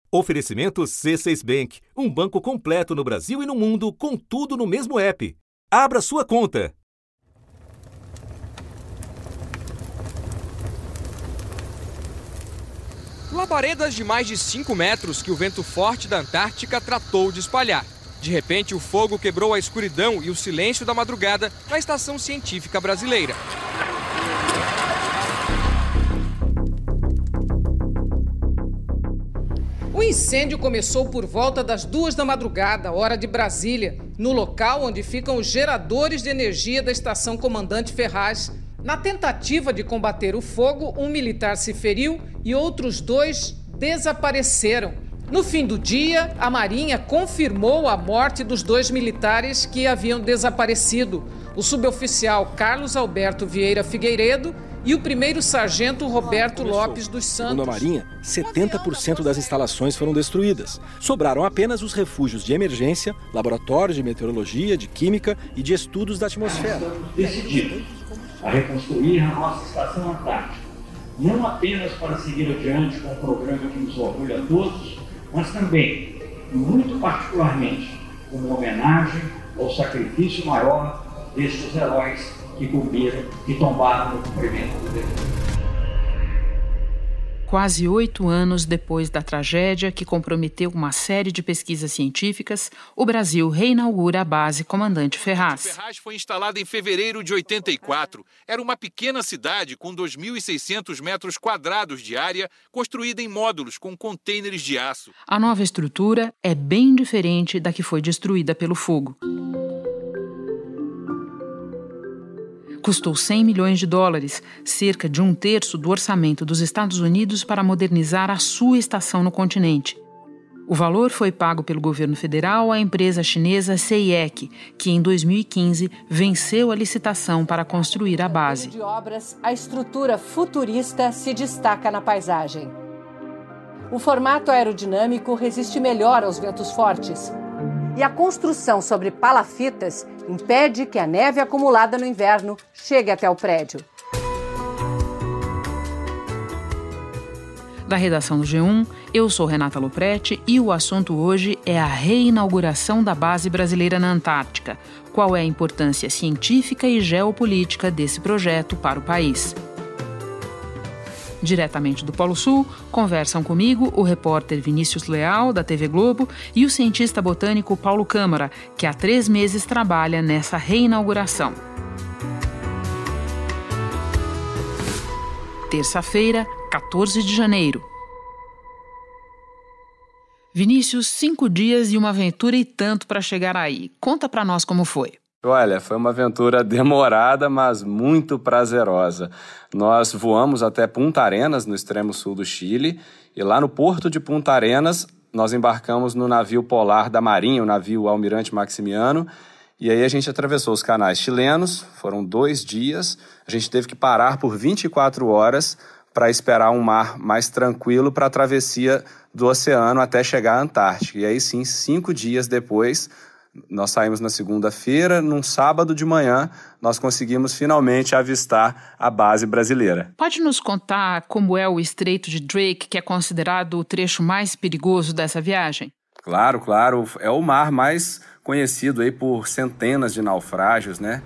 Oferecimento C6 Bank, um banco completo no Brasil e no mundo, com tudo no mesmo app. Abra sua conta. Labaredas de mais de 5 metros que o vento forte da Antártica tratou de espalhar. De repente, o fogo quebrou a escuridão e o silêncio da madrugada na Estação Científica Brasileira. O incêndio começou por volta das 2 da madrugada, hora de Brasília, no local onde ficam os geradores de energia da Estação Comandante Ferraz. Na tentativa de combater o fogo, um militar se feriu e outros 2 desapareceram. No fim do dia, a Marinha confirmou a morte dos 2 militares que haviam desaparecido, o suboficial Carlos Alberto Vieira Figueiredo e o primeiro sargento Roberto Lopes dos Santos. Segundo a Marinha, 70% das instalações foram destruídas. Sobraram apenas os refúgios de emergência, laboratórios de meteorologia, de química e de estudos da atmosfera. Estamos decididos a reconstruir a nossa Estação Antártica, não apenas para seguir adiante com um programa que nos orgulha a todos, mas também, muito particularmente, como homenagem ao sacrifício maior destes heróis que tombaram no cumprimento do dever. Quase 8 anos depois da tragédia que comprometeu uma série de pesquisas científicas, o Brasil reinaugura a base Comandante Ferraz. Ferraz foi instalada em fevereiro de 84. Era uma pequena cidade com 2.600 metros quadrados de área, construída em módulos com contêineres de aço. A nova estrutura é bem diferente da que foi destruída pelo fogo. Custou $100 milhões, cerca de 1/3 do orçamento dos Estados Unidos para modernizar a sua estação no continente. O valor foi pago pelo governo federal à empresa chinesa CIEC, que em 2015 venceu a licitação para construir a base. De obras, a estrutura futurista se destaca na paisagem. O formato aerodinâmico resiste melhor aos ventos fortes. E a construção sobre palafitas impede que a neve acumulada no inverno chegue até o prédio. Da redação do G1, eu sou Renata Lopretti e o assunto hoje é a reinauguração da base brasileira na Antártica. Qual é a importância científica e geopolítica desse projeto para o país? Diretamente do Polo Sul, conversam comigo o repórter Vinícius Leal, da TV Globo, e o cientista botânico Paulo Câmara, que há 3 meses trabalha nessa reinauguração. Terça-feira, 14 de janeiro. Vinícius, 5 dias e uma aventura e tanto para chegar aí. Conta para nós como foi. Olha, foi uma aventura demorada, mas muito prazerosa. Nós voamos até Punta Arenas, no extremo sul do Chile, e lá no porto de Punta Arenas nós embarcamos no navio polar da Marinha, o navio Almirante Maximiano, e aí a gente atravessou os canais chilenos, foram 2 dias, a gente teve que parar por 24 horas para esperar um mar mais tranquilo para a travessia do oceano até chegar à Antártica. E aí sim, 5 dias depois, nós saímos na segunda-feira, num sábado de manhã, nós conseguimos finalmente avistar a base brasileira. Pode nos contar como é o Estreito de Drake, que é considerado o trecho mais perigoso dessa viagem? Claro, é o mar mais conhecido aí por centenas de naufrágios, né?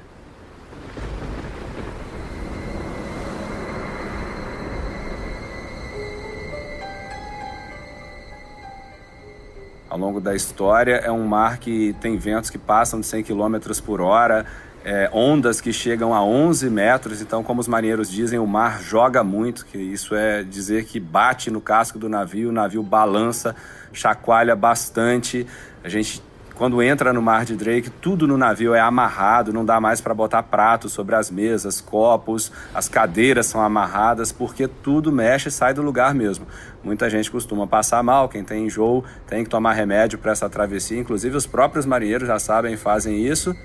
Ao longo da história, é um mar que tem ventos que passam de 100 km por hora, ondas que chegam a 11 metros. Então, como os marinheiros dizem, o mar joga muito, que isso é dizer que bate no casco do navio, o navio balança, chacoalha bastante. A gente, quando entra no mar de Drake, tudo no navio é amarrado, não dá mais para botar pratos sobre as mesas, copos, as cadeiras são amarradas, porque tudo mexe e sai do lugar mesmo. Muita gente costuma passar mal, quem tem enjoo tem que tomar remédio para essa travessia, inclusive os próprios marinheiros já sabem e fazem isso.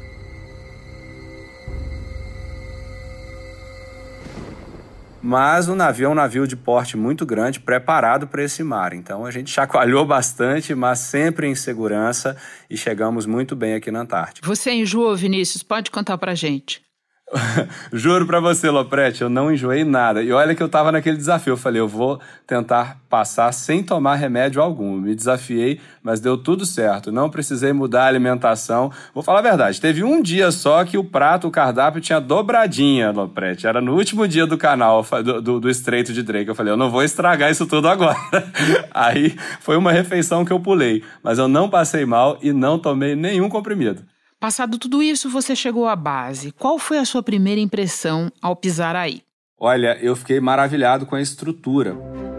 Mas o navio é um navio de porte muito grande, preparado para esse mar. Então a gente chacoalhou bastante, mas sempre em segurança, e chegamos muito bem aqui na Antártica. Você enjoou, Vinícius? Pode contar pra gente. Juro pra você, Lopretti, eu não enjoei nada. E olha que eu tava naquele desafio. Eu falei, eu vou tentar passar sem tomar remédio algum. Me desafiei, mas deu tudo certo. Não precisei mudar a alimentação. Vou falar a verdade, teve um dia só que o cardápio tinha dobradinha, Lopretti. Era no último dia do canal, do Estreito de Drake. Eu falei, eu não vou estragar isso tudo agora. Aí foi uma refeição que eu pulei. Mas eu não passei mal e não tomei nenhum comprimido. Passado tudo isso, você chegou à base. Qual foi a sua primeira impressão ao pisar aí? Olha, eu fiquei maravilhado com a estrutura.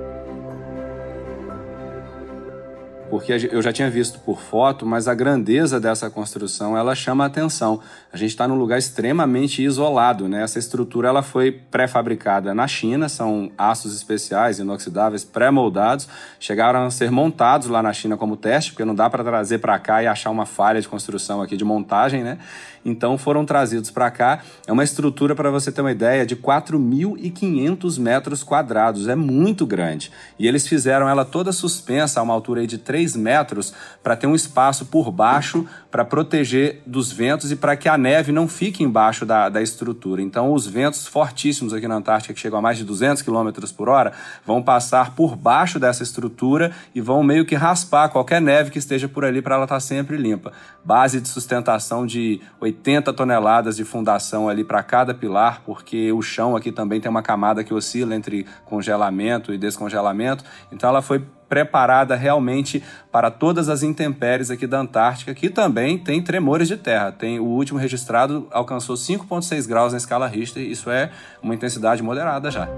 Porque eu já tinha visto por foto, mas a grandeza dessa construção, ela chama a atenção. A gente está num lugar extremamente isolado, né? Essa estrutura ela foi pré-fabricada na China, são aços especiais, inoxidáveis, pré-moldados, chegaram a ser montados lá na China como teste, porque não dá para trazer para cá e achar uma falha de construção aqui, de montagem, né? Então foram trazidos para cá. É uma estrutura, para você ter uma ideia, de 4.500 metros quadrados, é muito grande. E eles fizeram ela toda suspensa a uma altura aí de 3 metros para ter um espaço por baixo para proteger dos ventos e para que a neve não fique embaixo da estrutura. Então os ventos fortíssimos aqui na Antártica, que chegam a mais de 200 km por hora, vão passar por baixo dessa estrutura e vão meio que raspar qualquer neve que esteja por ali para ela estar sempre limpa. Base de sustentação de 80 toneladas de fundação ali para cada pilar, porque o chão aqui também tem uma camada que oscila entre congelamento e descongelamento. Então ela foi preparada realmente para todas as intempéries aqui da Antártica, que também tem tremores de terra. O último registrado alcançou 5,6 graus na escala Richter, isso é uma intensidade moderada já.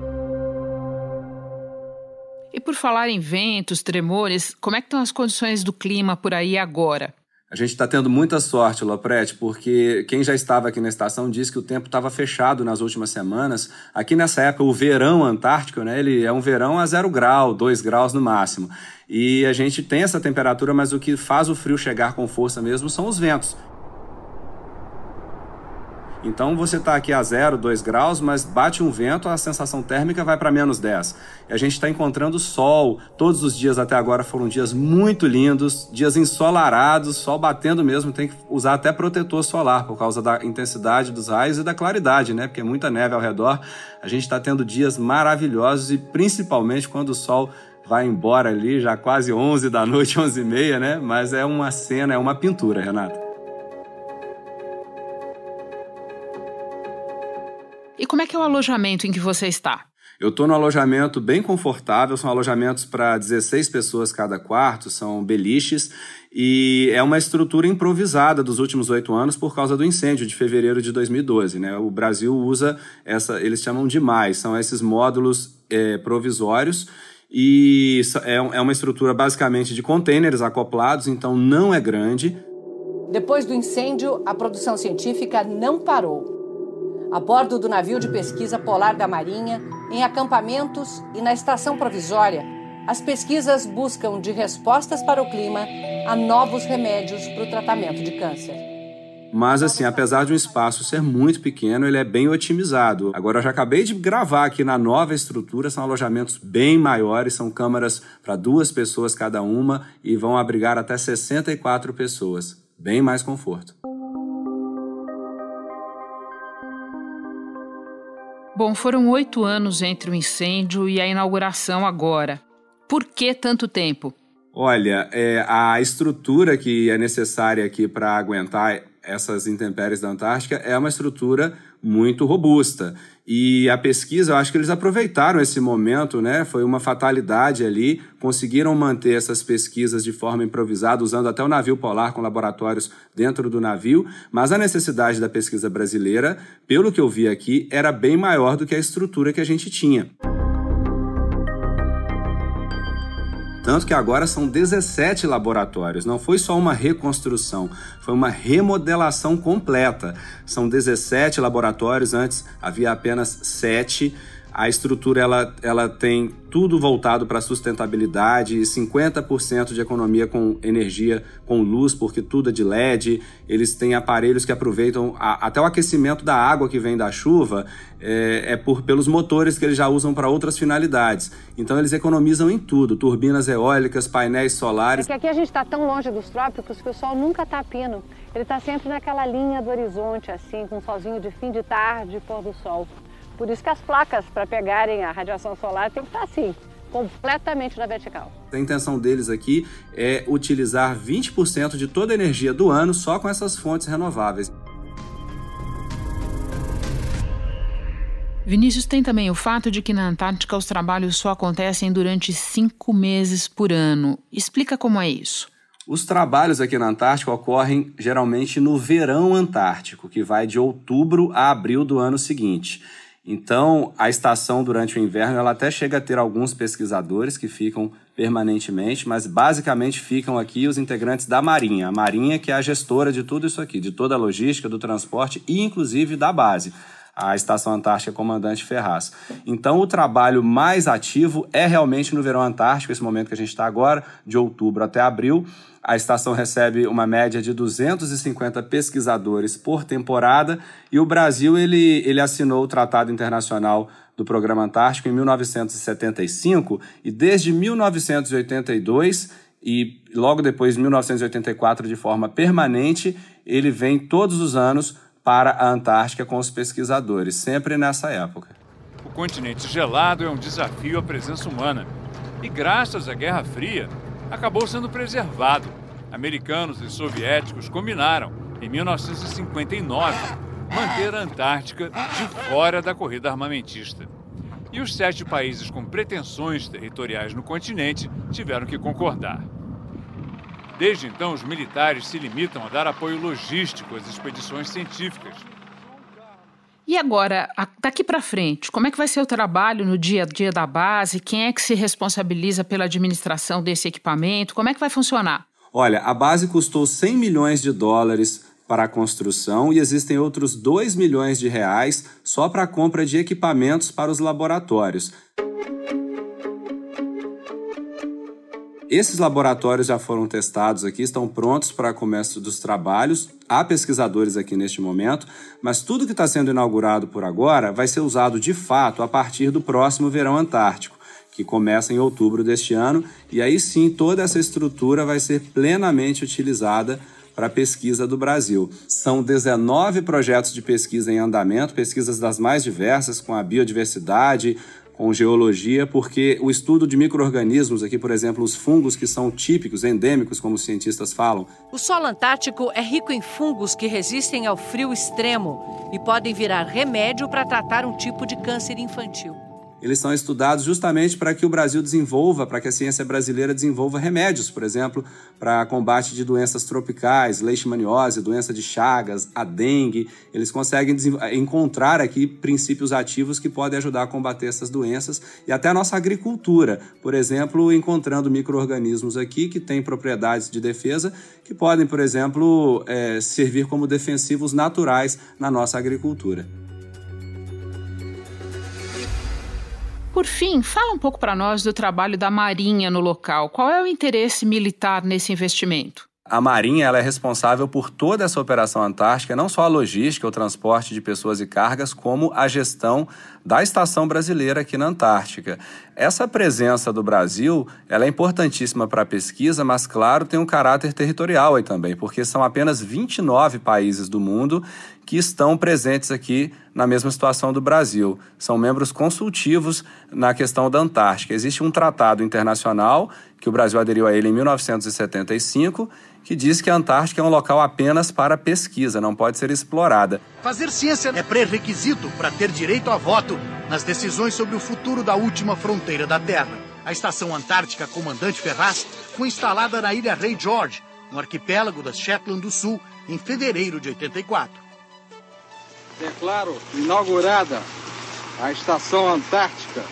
E por falar em ventos, tremores, como é que estão as condições do clima por aí agora? A gente está tendo muita sorte, Lopretti, porque quem já estava aqui na estação disse que o tempo estava fechado nas últimas semanas. Aqui nessa época, o verão antártico, né, ele é um verão a 0 grau, 2 graus no máximo. E a gente tem essa temperatura, mas o que faz o frio chegar com força mesmo são os ventos. Então você está aqui a 0, 2 graus, mas bate um vento, a sensação térmica vai para menos 10. E a gente está encontrando sol. Todos os dias até agora foram dias muito lindos, dias ensolarados, sol batendo mesmo. Tem que usar até protetor solar por causa da intensidade dos raios e da claridade, né? Porque é muita neve ao redor. A gente está tendo dias maravilhosos e principalmente quando o sol vai embora ali, já quase 11 da noite, 11h30, né? Mas é uma cena, é uma pintura, Renata. E como é que é o alojamento em que você está? Eu estou num alojamento bem confortável, são alojamentos para 16 pessoas cada quarto, são beliches, e é uma estrutura improvisada dos últimos 8 anos por causa do incêndio de fevereiro de 2012. Né? O Brasil usa eles chamam de MAIS, são esses módulos provisórios, e é uma estrutura basicamente de containers acoplados, então não é grande. Depois do incêndio, a produção científica não parou. A bordo do navio de pesquisa polar da Marinha, em acampamentos e na estação provisória, as pesquisas buscam de respostas para o clima a novos remédios para o tratamento de câncer. Mas, assim, apesar de um espaço ser muito pequeno, ele é bem otimizado. Agora, eu já acabei de gravar aqui na nova estrutura, são alojamentos bem maiores, são câmaras para 2 pessoas cada uma e vão abrigar até 64 pessoas. Bem mais conforto. Bom, foram 8 anos entre o incêndio e a inauguração agora. Por que tanto tempo? Olha, a estrutura que é necessária aqui para aguentar essas intempéries da Antártica é uma estrutura muito robusta. E a pesquisa, eu acho que eles aproveitaram esse momento, né? Foi uma fatalidade ali, conseguiram manter essas pesquisas de forma improvisada, usando até o navio polar com laboratórios dentro do navio, mas a necessidade da pesquisa brasileira, pelo que eu vi aqui, era bem maior do que a estrutura que a gente tinha. Tanto que agora são 17 laboratórios, não foi só uma reconstrução, foi uma remodelação completa. São 17 laboratórios, antes havia apenas 7. A estrutura ela tem tudo voltado para a sustentabilidade, 50% de economia com energia, com luz, porque tudo é de LED. Eles têm aparelhos que aproveitam até o aquecimento da água que vem da chuva, pelos motores que eles já usam para outras finalidades. Então eles economizam em tudo, turbinas eólicas, painéis solares. É que aqui a gente está tão longe dos trópicos que o sol nunca está a pino. Ele está sempre naquela linha do horizonte, assim, com um solzinho de fim de tarde e pôr do sol. Por isso que as placas, para pegarem a radiação solar, tem que estar assim, completamente na vertical. A intenção deles aqui é utilizar 20% de toda a energia do ano só com essas fontes renováveis. Vinícius, tem também o fato de que na Antártica os trabalhos só acontecem durante 5 meses por ano. Explica como é isso. Os trabalhos aqui na Antártica ocorrem geralmente no verão antártico, que vai de outubro a abril do ano seguinte. Então, a estação durante o inverno ela até chega a ter alguns pesquisadores que ficam permanentemente, mas basicamente ficam aqui os integrantes da Marinha. A Marinha que é a gestora de tudo isso aqui, de toda a logística, do transporte e inclusive da base, a Estação Antártica Comandante Ferraz. Então, o trabalho mais ativo é realmente no verão antártico, esse momento que a gente está agora, de outubro até abril. A estação recebe uma média de 250 pesquisadores por temporada e o Brasil ele assinou o Tratado Internacional do Programa Antártico em 1975 e desde 1982 e logo depois de 1984 de forma permanente, ele vem todos os anos para a Antártica com os pesquisadores, sempre nessa época. O continente gelado é um desafio à presença humana e graças à Guerra Fria, acabou sendo preservado. Americanos e soviéticos combinaram, em 1959, manter a Antártica de fora da corrida armamentista. E os 7 países com pretensões territoriais no continente tiveram que concordar. Desde então, os militares se limitam a dar apoio logístico às expedições científicas. E agora, daqui para frente, como é que vai ser o trabalho no dia a dia da base? Quem é que se responsabiliza pela administração desse equipamento? Como é que vai funcionar? Olha, a base custou 100 milhões de dólares para a construção e existem outros 2 milhões de reais só para a compra de equipamentos para os laboratórios. Esses laboratórios já foram testados aqui, estão prontos para o começo dos trabalhos. Há pesquisadores aqui neste momento, mas tudo que está sendo inaugurado por agora vai ser usado de fato a partir do próximo verão antártico, que começa em outubro deste ano, e aí sim toda essa estrutura vai ser plenamente utilizada para a pesquisa do Brasil. São 19 projetos de pesquisa em andamento, pesquisas das mais diversas, com a biodiversidade, com geologia, porque o estudo de micro-organismos aqui, por exemplo, os fungos que são típicos, endêmicos, como os cientistas falam. O solo antártico é rico em fungos que resistem ao frio extremo e podem virar remédio para tratar um tipo de câncer infantil. Eles são estudados justamente para que o Brasil desenvolva, para que a ciência brasileira desenvolva remédios, por exemplo, para combate de doenças tropicais, leishmaniose, doença de Chagas, a dengue. Eles conseguem encontrar aqui princípios ativos que podem ajudar a combater essas doenças e até a nossa agricultura, por exemplo, encontrando micro-organismos aqui que têm propriedades de defesa que podem, por exemplo, servir como defensivos naturais na nossa agricultura. Por fim, fala um pouco para nós do trabalho da Marinha no local. Qual é o interesse militar nesse investimento? A Marinha ela é responsável por toda essa operação antártica, não só a logística, o transporte de pessoas e cargas, como a gestão da estação brasileira aqui na Antártica. Essa presença do Brasil ela é importantíssima para a pesquisa, mas, claro, tem um caráter territorial aí também, porque são apenas 29 países do mundo que estão presentes aqui na mesma situação do Brasil. São membros consultivos na questão da Antártica. Existe um tratado internacional que o Brasil aderiu a ele em 1975, que diz que a Antártica é um local apenas para pesquisa, não pode ser explorada. Fazer ciência é pré-requisito para ter direito a voto nas decisões sobre o futuro da última fronteira da Terra. A Estação Antártica Comandante Ferraz foi instalada na Ilha Rei George, no arquipélago das Shetland do Sul, em fevereiro de 84. Declaro inaugurada a Estação Antártica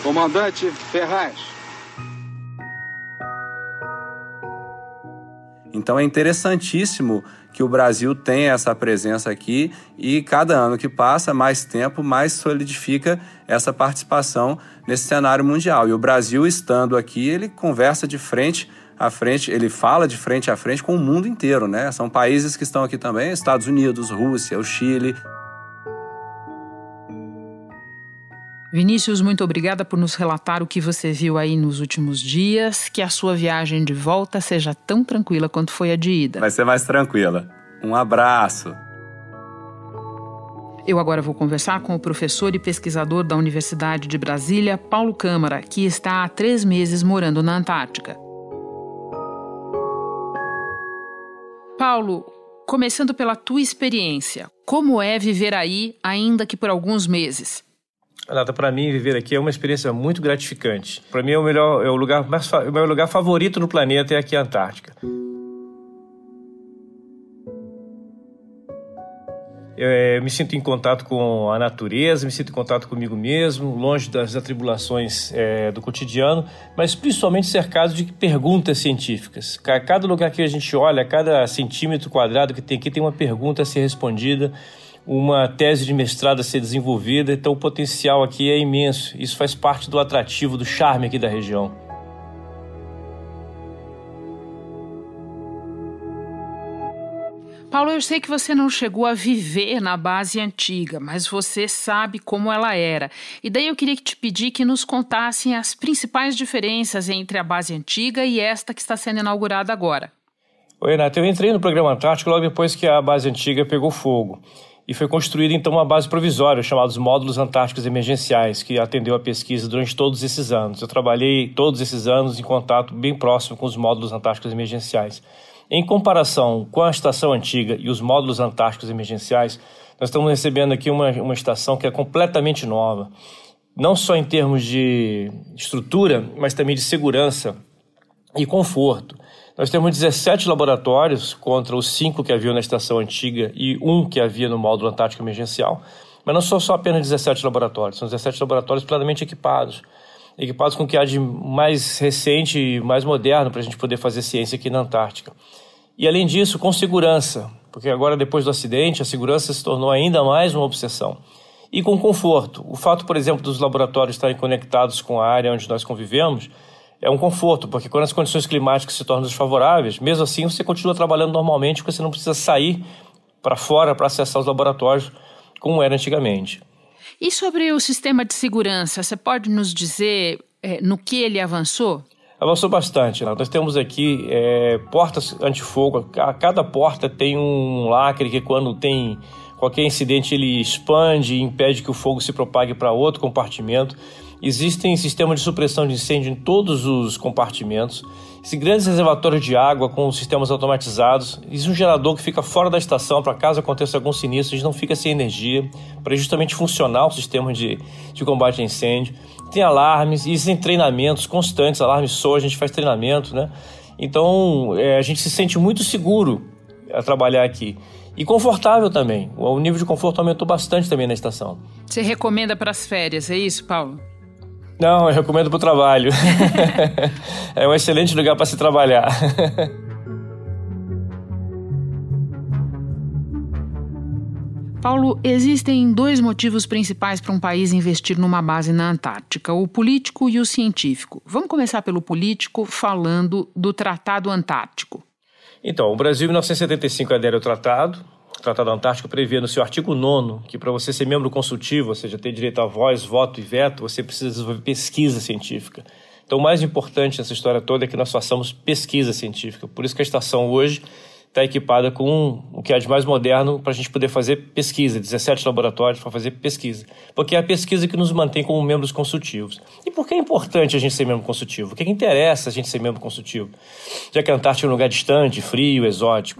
Comandante Ferraz. Então é interessantíssimo que o Brasil tenha essa presença aqui e cada ano que passa, mais tempo, mais solidifica essa participação nesse cenário mundial. E o Brasil, estando aqui, ele conversa de frente a frente, ele fala de frente a frente com o mundo inteiro, né? São países que estão aqui também, Estados Unidos, Rússia, o Chile. Vinícius, muito obrigada por nos relatar o que você viu aí nos últimos dias. Que a sua viagem de volta seja tão tranquila quanto foi a de ida. Vai ser mais tranquila. Um abraço. Eu agora vou conversar com o professor e pesquisador da Universidade de Brasília, Paulo Câmara, que está há 3 meses morando na Antártica. Paulo, começando pela tua experiência, como é viver aí, ainda que por alguns meses? Renata, para mim, viver aqui é uma experiência muito gratificante. Para mim, o meu lugar favorito no planeta é aqui a Antártica. Eu me sinto em contato com a natureza, me sinto em contato comigo mesmo, longe das atribulações do cotidiano, mas principalmente cercado de perguntas científicas. Cada lugar que a gente olha, cada centímetro quadrado que tem aqui tem uma pergunta a ser respondida, uma tese de mestrado a ser desenvolvida, então o potencial aqui é imenso. Isso faz parte do atrativo, do charme aqui da região. Paulo, eu sei que você não chegou a viver na base antiga, mas você sabe como ela era. E daí eu queria te pedir que nos contassem as principais diferenças entre a base antiga e esta que está sendo inaugurada agora. Oi, Renata, eu entrei no programa Antártico logo depois que a base antiga pegou fogo. E foi construída então uma base provisória, chamada Módulos Antárticos Emergenciais, que atendeu a pesquisa durante todos esses anos. Eu trabalhei todos esses anos em contato bem próximo com os Módulos Antárticos Emergenciais. Em comparação com a estação antiga e os módulos antárticos emergenciais, nós estamos recebendo aqui uma estação que é completamente nova, não só em termos de estrutura, mas também de segurança e conforto. Nós temos 17 laboratórios contra os 5 que haviam na estação antiga e 1 que havia no módulo antártico emergencial, mas não são só apenas 17 laboratórios, são 17 laboratórios plenamente equipados com o que há de mais recente e mais moderno para a gente poder fazer ciência aqui na Antártica. E além disso, com segurança, porque agora depois do acidente a segurança se tornou ainda mais uma obsessão. E com conforto. O fato, por exemplo, dos laboratórios estarem conectados com a área onde nós convivemos é um conforto, porque quando as condições climáticas se tornam desfavoráveis, mesmo assim você continua trabalhando normalmente, porque você não precisa sair para fora para acessar os laboratórios como era antigamente. E sobre o sistema de segurança, você pode nos dizer no que ele avançou? Avançou bastante. Nós temos aqui portas antifogo. Cada porta tem um lacre que, quando tem qualquer incidente, ele expande e impede que o fogo se propague para outro compartimento. Existem sistemas de supressão de incêndio em todos os compartimentos. Existem grandes reservatórios de água com sistemas automatizados. Existe um gerador que fica fora da estação para caso aconteça algum sinistro, a gente não fica sem energia, para justamente funcionar o sistema de combate a incêndio. Tem alarmes, existem treinamentos constantes, alarmes SOA, a gente faz treinamento, né? Então a gente se sente muito seguro a trabalhar aqui. E confortável também. O nível de conforto aumentou bastante também na estação. Você recomenda para as férias, é isso, Paulo? Não, eu recomendo para o trabalho. É um excelente lugar para se trabalhar. Paulo, existem 2 motivos principais para um país investir numa base na Antártica, o político e o científico. Vamos começar pelo político, falando do Tratado Antártico. Então, o Brasil, em 1975, adere ao Tratado. O Tratado Antártico prevê no seu artigo 9º que, para você ser membro consultivo, ou seja, ter direito a voz, voto e veto, você precisa desenvolver pesquisa científica. Então, o mais importante nessa história toda é que nós façamos pesquisa científica. Por isso que a estação hoje está equipada com o que há de mais moderno para a gente poder fazer pesquisa, 17 laboratórios para fazer pesquisa. Porque é a pesquisa que nos mantém como membros consultivos. E por que é importante a gente ser membro consultivo? O que interessa a gente ser membro consultivo? Já que a Antártica é um lugar distante, frio, exótico.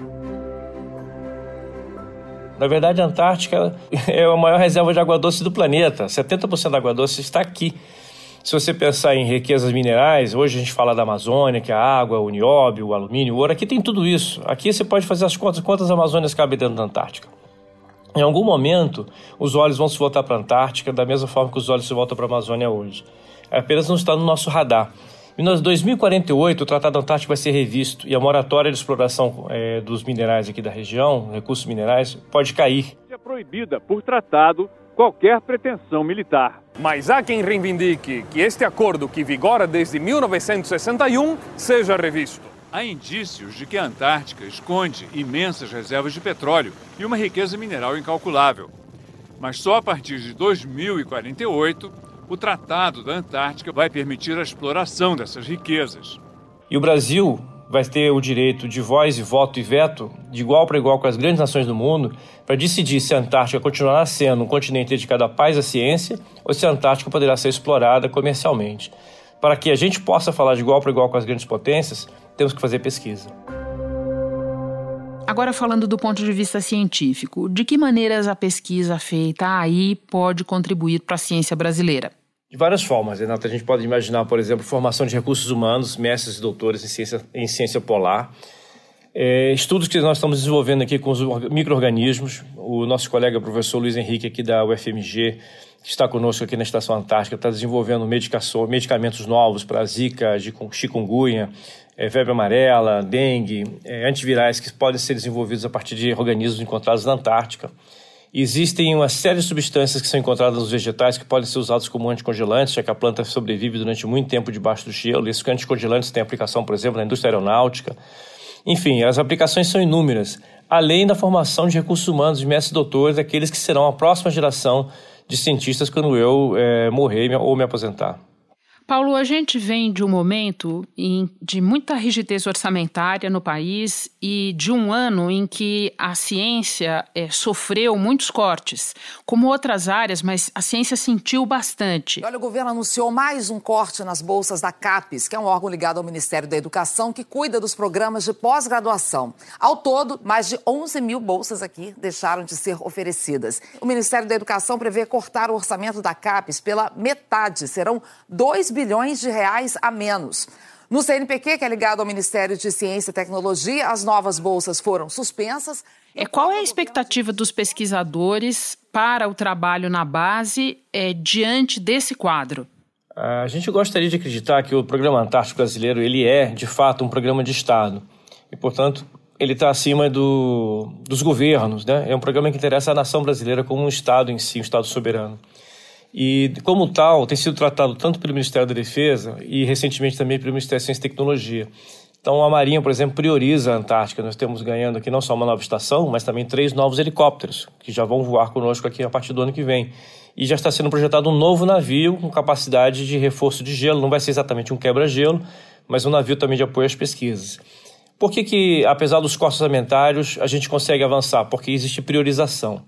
Na verdade, a Antártica é a maior reserva de água doce do planeta. 70% da água doce está aqui. Se você pensar em riquezas minerais, hoje a gente fala da Amazônia, que é a água, o nióbio, o alumínio, o ouro. Aqui tem tudo isso. Aqui você pode fazer as contas quantas Amazônias cabem dentro da Antártica. Em algum momento, os olhos vão se voltar para a Antártica da mesma forma que os olhos se voltam para a Amazônia hoje. Apenas não está no nosso radar. Em 2048, o Tratado Antártico vai ser revisto e a moratória de exploração dos minerais aqui da região, recursos minerais, pode cair. É proibida por tratado qualquer pretensão militar. Mas há quem reivindique que este acordo, que vigora desde 1961, seja revisto. Há indícios de que a Antártica esconde imensas reservas de petróleo e uma riqueza mineral incalculável. Mas só a partir de 2048, o Tratado da Antártica vai permitir a exploração dessas riquezas. E o Brasil vai ter o direito de voz e voto e veto, de igual para igual com as grandes nações do mundo, para decidir se a Antártica continuará sendo um continente dedicado à paz e à ciência ou se a Antártica poderá ser explorada comercialmente. Para que a gente possa falar de igual para igual com as grandes potências, temos que fazer pesquisa. Agora, falando do ponto de vista científico, de que maneiras a pesquisa feita aí pode contribuir para a ciência brasileira? De várias formas, Renata. A gente pode imaginar, por exemplo, formação de recursos humanos, mestres e doutores em ciência polar, estudos que nós estamos desenvolvendo aqui com os micro-organismos. O nosso colega professor Luiz Henrique, aqui da UFMG, que está conosco aqui na Estação Antártica, está desenvolvendo medicamentos novos para Zika, chikungunya, febre amarela, dengue, antivirais que podem ser desenvolvidos a partir de organismos encontrados na Antártica. Existem uma série de substâncias que são encontradas nos vegetais que podem ser usados como anticongelantes, já que a planta sobrevive durante muito tempo debaixo do gelo. Esses anticongelantes têm aplicação, por exemplo, na indústria aeronáutica. Enfim, as aplicações são inúmeras, além da formação de recursos humanos, de mestres e doutores, daqueles que serão a próxima geração de cientistas quando eu morrer ou me aposentar. Paulo, a gente vem de um momento de muita rigidez orçamentária no país e de um ano em que a ciência sofreu muitos cortes, como outras áreas, mas a ciência sentiu bastante. Olha, o governo anunciou mais um corte nas bolsas da CAPES, que é um órgão ligado ao Ministério da Educação, que cuida dos programas de pós-graduação. Ao todo, mais de 11 mil bolsas aqui deixaram de ser oferecidas. O Ministério da Educação prevê cortar o orçamento da CAPES pela metade, serão 2 bilhões de reais a menos. No CNPq, que é ligado ao Ministério de Ciência e Tecnologia, as novas bolsas foram suspensas. Qual é a expectativa dos pesquisadores para o trabalho na base diante desse quadro? A gente gostaria de acreditar que o Programa Antártico Brasileiro ele é, de fato, um programa de Estado. E, portanto, ele está acima dos governos, né? É um programa que interessa à nação brasileira como um Estado em si, um Estado soberano. E, como tal, tem sido tratado tanto pelo Ministério da Defesa e, recentemente, também pelo Ministério da Ciência e Tecnologia. Então, a Marinha, por exemplo, prioriza a Antártica. Nós temos ganhando aqui não só uma nova estação, mas também 3 novos helicópteros, que já vão voar conosco aqui a partir do ano que vem. E já está sendo projetado um novo navio com capacidade de reforço de gelo. Não vai ser exatamente um quebra-gelo, mas um navio também de apoio às pesquisas. Por que, apesar dos cortes orçamentários, a gente consegue avançar? Porque existe priorização.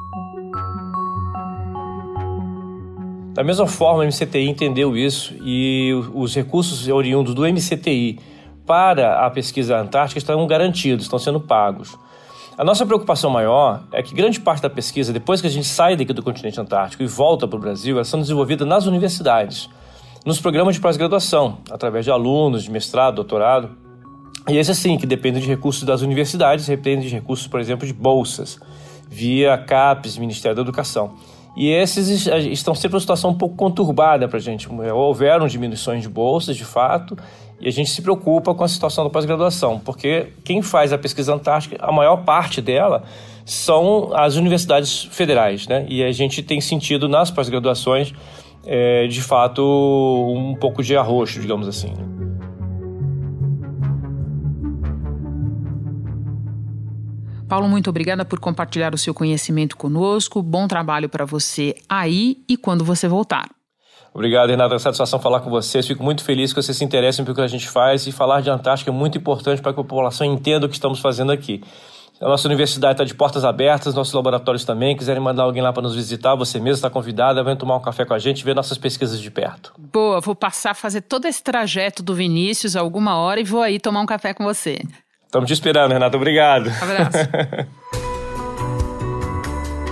Da mesma forma, a MCTI entendeu isso e os recursos oriundos do MCTI para a pesquisa antártica estão garantidos, estão sendo pagos. A nossa preocupação maior é que grande parte da pesquisa, depois que a gente sai daqui do continente antártico e volta para o Brasil, elas são desenvolvidas nas universidades, nos programas de pós-graduação, através de alunos, de mestrado, doutorado. E esse, assim, que depende de recursos das universidades, depende de recursos, por exemplo, de bolsas, via CAPES, Ministério da Educação. E esses estão sempre uma situação um pouco conturbada para a gente. Houveram diminuições de bolsas, de fato, e a gente se preocupa com a situação da pós-graduação, porque quem faz a pesquisa antártica, a maior parte dela são as universidades federais, né? E a gente tem sentido nas pós-graduações, de fato, um pouco de arroxo, digamos assim, né? Paulo, muito obrigada por compartilhar o seu conhecimento conosco. Bom trabalho para você aí e quando você voltar. Obrigado, Renata. É uma satisfação falar com vocês. Fico muito feliz que vocês se interessem pelo que a gente faz e falar de Antártica é muito importante para que a população entenda o que estamos fazendo aqui. A nossa universidade está de portas abertas, nossos laboratórios também. Quiserem mandar alguém lá para nos visitar, você mesmo está convidada, vem tomar um café com a gente e ver nossas pesquisas de perto. Boa, vou passar a fazer todo esse trajeto do Vinícius alguma hora e vou aí tomar um café com você. Estamos te esperando, Renata. Obrigado. Abraço.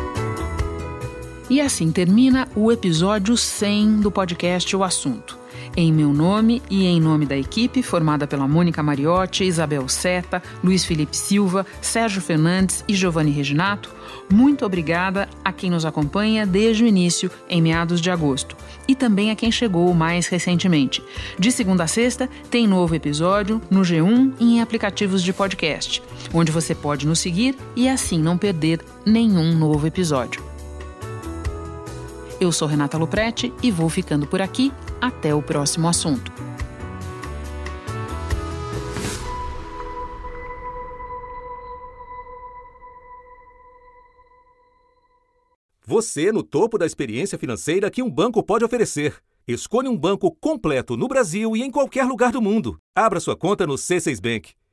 E assim termina o episódio 100 do podcast O Assunto. Em meu nome e em nome da equipe formada pela Mônica Mariotti, Isabel Seta, Luiz Felipe Silva, Sérgio Fernandes e Giovanni Reginato, muito obrigada a quem nos acompanha desde o início, em meados de agosto, e também a quem chegou mais recentemente. De segunda a sexta, tem novo episódio no G1 e em aplicativos de podcast, onde você pode nos seguir e assim não perder nenhum novo episódio. Eu sou Renata Luprete e vou ficando por aqui. Até o próximo assunto. Você no topo da experiência financeira que um banco pode oferecer. Escolha um banco completo no Brasil e em qualquer lugar do mundo. Abra sua conta no C6 Bank.